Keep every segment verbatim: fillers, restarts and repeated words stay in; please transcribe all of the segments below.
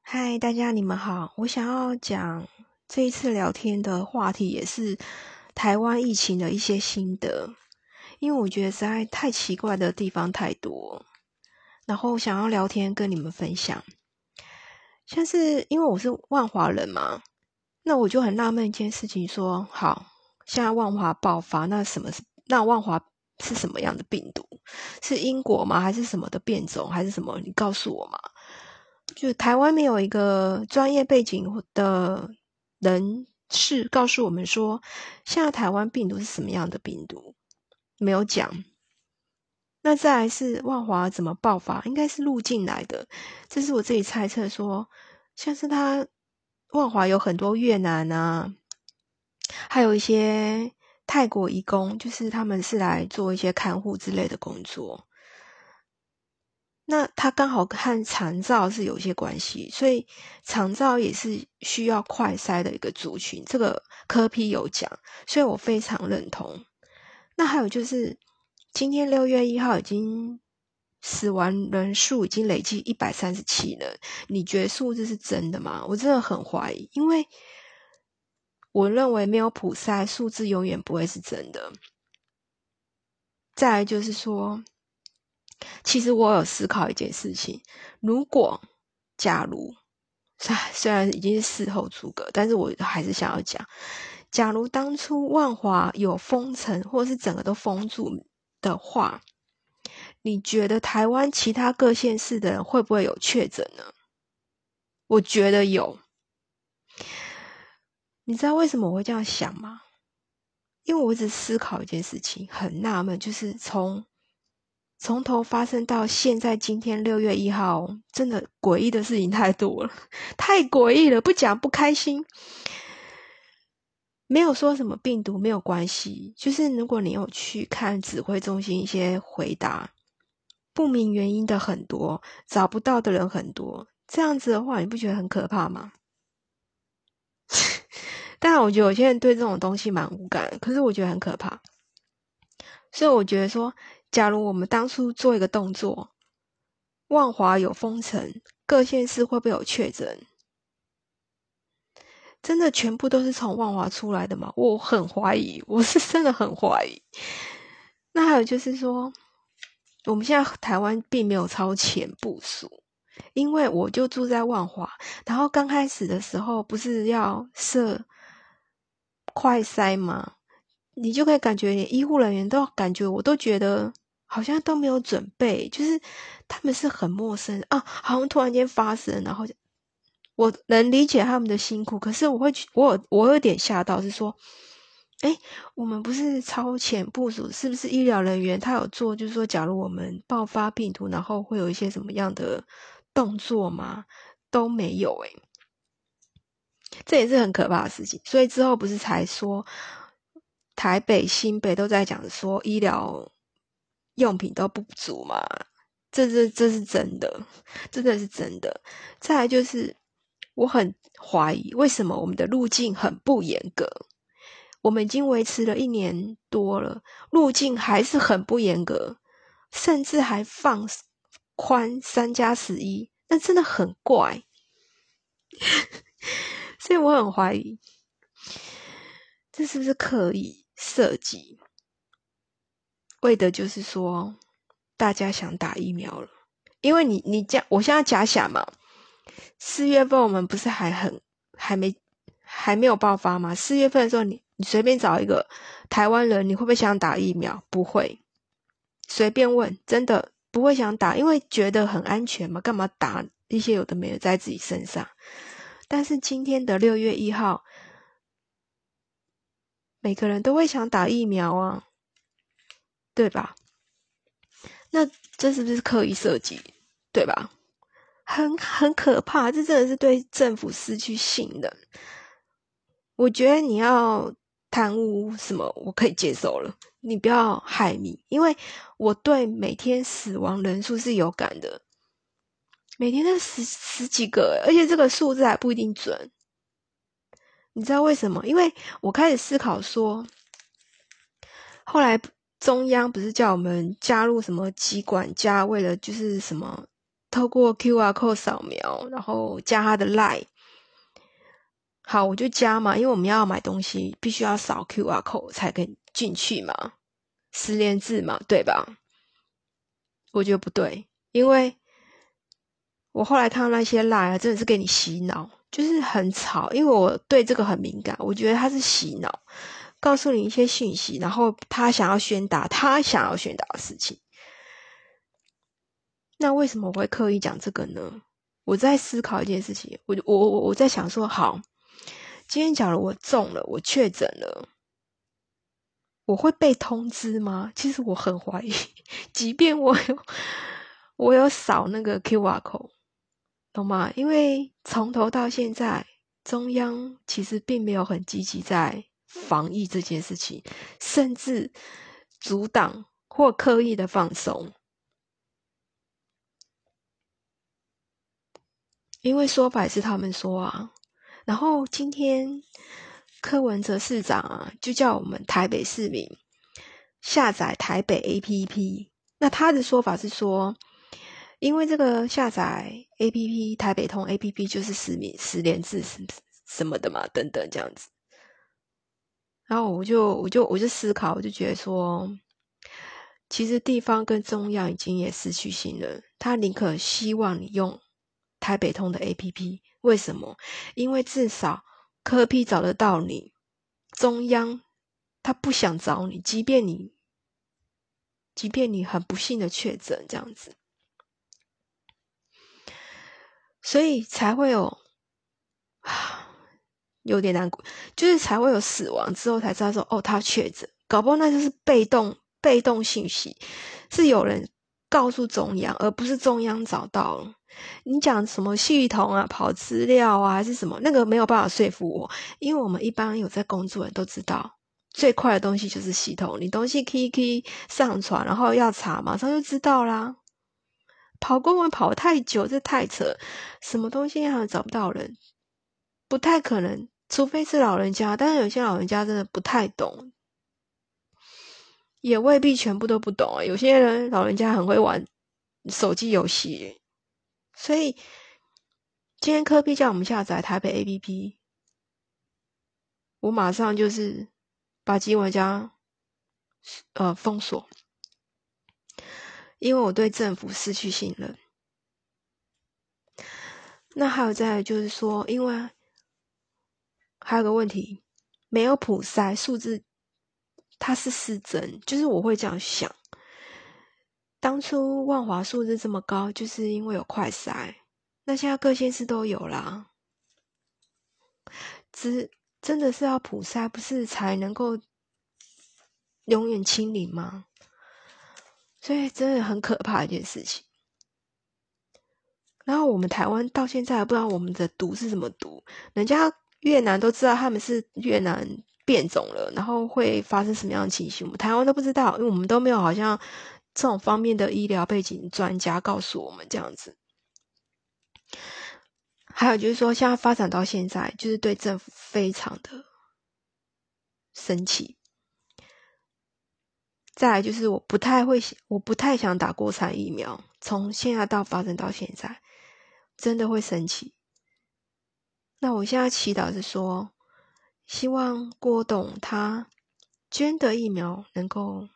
嗨，大家你们好，我想要讲这一次聊天的话题也是台湾疫情的一些心得，因为我觉得实在太奇怪的地方太多，然后想要聊天跟你们分享。像是因为我是万华人嘛，那我就很纳闷一件事情说，好，现在万华爆发，那什么是那万华是什么样的病毒？是英国吗？还是什么的变种？还是什么？你告诉我嘛。就台湾没有一个专业背景的人士告诉我们说，现在台湾病毒是什么样的病毒，没有讲。那再来是万华怎么爆发，应该是入境来的，这是我自己猜测说，像是他万华有很多越南啊，还有一些泰国移工，就是他们是来做一些看护之类的工作。那它刚好和长照是有一些关系，所以长照也是需要快筛的一个族群，这个科批有讲，所以我非常认同。那还有就是，今天六月一号已经死亡人数已经累计一百三十七人，你觉得数字是真的吗？我真的很怀疑，因为我认为没有普筛，数字永远不会是真的。再来就是说，其实我有思考一件事情，如果假如虽然已经是事后诸葛，但是我还是想要讲，假如当初万华有封城或是整个都封住的话，你觉得台湾其他各县市的人会不会有确诊呢？我觉得有。你知道为什么我会这样想吗？因为我一直思考一件事情，很纳闷，就是从从头发生到现在，今天六月一号，真的诡异的事情太多了，太诡异了，不讲不开心。没有说什么病毒没有关系，就是如果你有去看指挥中心一些回答，不明原因的很多，找不到的人很多，这样子的话，你不觉得很可怕吗？当然，我觉得有些人对这种东西蛮无感，可是我觉得很可怕。所以我觉得说，假如我们当初做一个动作，万华有封城，各县市会不会有确诊？真的全部都是从万华出来的吗？我很怀疑，我是真的很怀疑。那还有就是说，我们现在台湾并没有超前部署，因为我就住在万华，然后刚开始的时候不是要设快筛吗？你就可以感觉连医护人员都感觉，我都觉得好像都没有准备，就是他们是很陌生啊，好像突然间发生，然后我能理解他们的辛苦，可是我会我有我有点吓到，是说，诶，我们不是超前部署，是不是医疗人员他有做，就是说，假如我们爆发病毒，然后会有一些什么样的动作吗？都没有诶、这也是很可怕的事情。所以之后不是才说，台北、新北都在讲说医疗用品都不足嘛？这这这是真的，真的是真的。再来就是，我很怀疑为什么我们的路径很不严格。我们已经维持了一年多了，路径还是很不严格，甚至还放宽三加十一，那真的很怪。所以我很怀疑，这是不是刻意设计，为的就是说大家想打疫苗了？因为你你假，我现在假想嘛，四月份我们不是还很还没还没有爆发吗？四月份的时候你，你随便找一个台湾人，你会不会想打疫苗？不会，随便问，真的不会想打，因为觉得很安全嘛，干嘛打一些有的没的在自己身上？但是今天的六月一号，每个人都会想打疫苗啊，对吧？那这是不是刻意设计？对吧？很很可怕，这真的是对政府失去信任。我觉得你要贪污什么，我可以接受了，你不要害民，因为我对每天死亡人数是有感的，每天都十十几个，而且这个数字还不一定准。你知道为什么？因为我开始思考说，后来中央不是叫我们加入什么疾管家，为了就是什么透过 Q R code 扫描，然后加他的 Line。好，我就加嘛，因为我们要买东西，必须要扫 Q R code 才可以进去嘛，实联制嘛，对吧？我觉得不对，因为我后来看到那些 Line 啊，真的是给你洗脑，就是很吵，因为我对这个很敏感，我觉得他是洗脑，告诉你一些讯息，然后他想要宣达他想要宣达的事情。那为什么我会刻意讲这个呢？我在思考一件事情，我我我我在想说，好，今天假如我中了，我确诊了，我会被通知吗？其实我很怀疑，即便我有我有扫那个 Q R code， 懂吗？因为从头到现在，中央其实并没有很积极在防疫这件事情，甚至阻挡或刻意的放松。因为说法是他们说啊，然后今天柯文哲市长啊，就叫我们台北市民下载台北 A P P。那他的说法是说，因为这个下载 A P P 台北通 A P P 就是实名实联制什么的嘛，等等这样子。然后我就我就我就思考，我就觉得说，其实地方跟中央已经也失去信任，他宁可希望你用台北通的 A P P。 为什么？因为至少柯 P 找得到你，中央他不想找你，即便你即便你很不幸的确诊这样子，所以才会有有点难过，就是才会有死亡之后才知道说，哦，他确诊，搞不好那就是被动被动信息，是有人告诉中央，而不是中央找到了。你讲什么系统啊，跑资料啊，还是什么，那个没有办法说服我，因为我们一般有在工作的人都知道，最快的东西就是系统，你东西 key key 上传，然后要查，马上就知道啦。跑公文跑太久，这太扯，什么东西还找不到人，不太可能，除非是老人家，但是有些老人家真的不太懂，也未必全部都不懂啊。有些人老人家很会玩手机游戏，所以今天柯 P 叫我们下载台北 A P P， 我马上就是把机玩家呃封锁，因为我对政府失去信任。那还有再来就是说，因为还有个问题，没有普筛数字，它是失真，就是我会这样想。当初万华数字这么高，就是因为有快筛，那现在各县市都有啦。只真的是要普筛，不是才能够永远清零吗？所以真的很可怕的一件事情。然后我们台湾到现在还不知道我们的毒是怎么毒，人家越南都知道他们是越南变种了，然后会发生什么样的情形，我们台湾都不知道，因为我们都没有好像这种方面的医疗背景专家告诉我们这样子。还有就是说，现在发展到现在，就是对政府非常的生气。再来就是我不太会，我不太想打国产疫苗，从现在到发展到现在，真的会生气。那我现在祈祷是说，希望郭董他捐的疫苗能够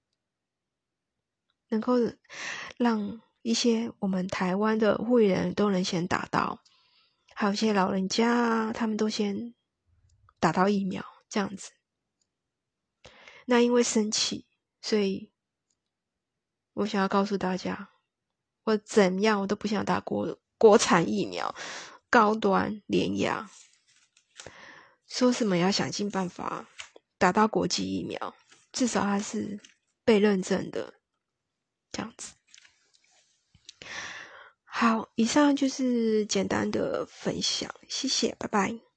能够让一些我们台湾的护理人都能先打到，还有一些老人家啊，他们都先打到疫苗，这样子。那因为生气，所以我想要告诉大家，我怎样我都不想打国国产疫苗，高端廉价，说什么也要想尽办法打到国际疫苗，至少它是被认证的，这样子。好，以上就是简单的分享，谢谢，拜拜。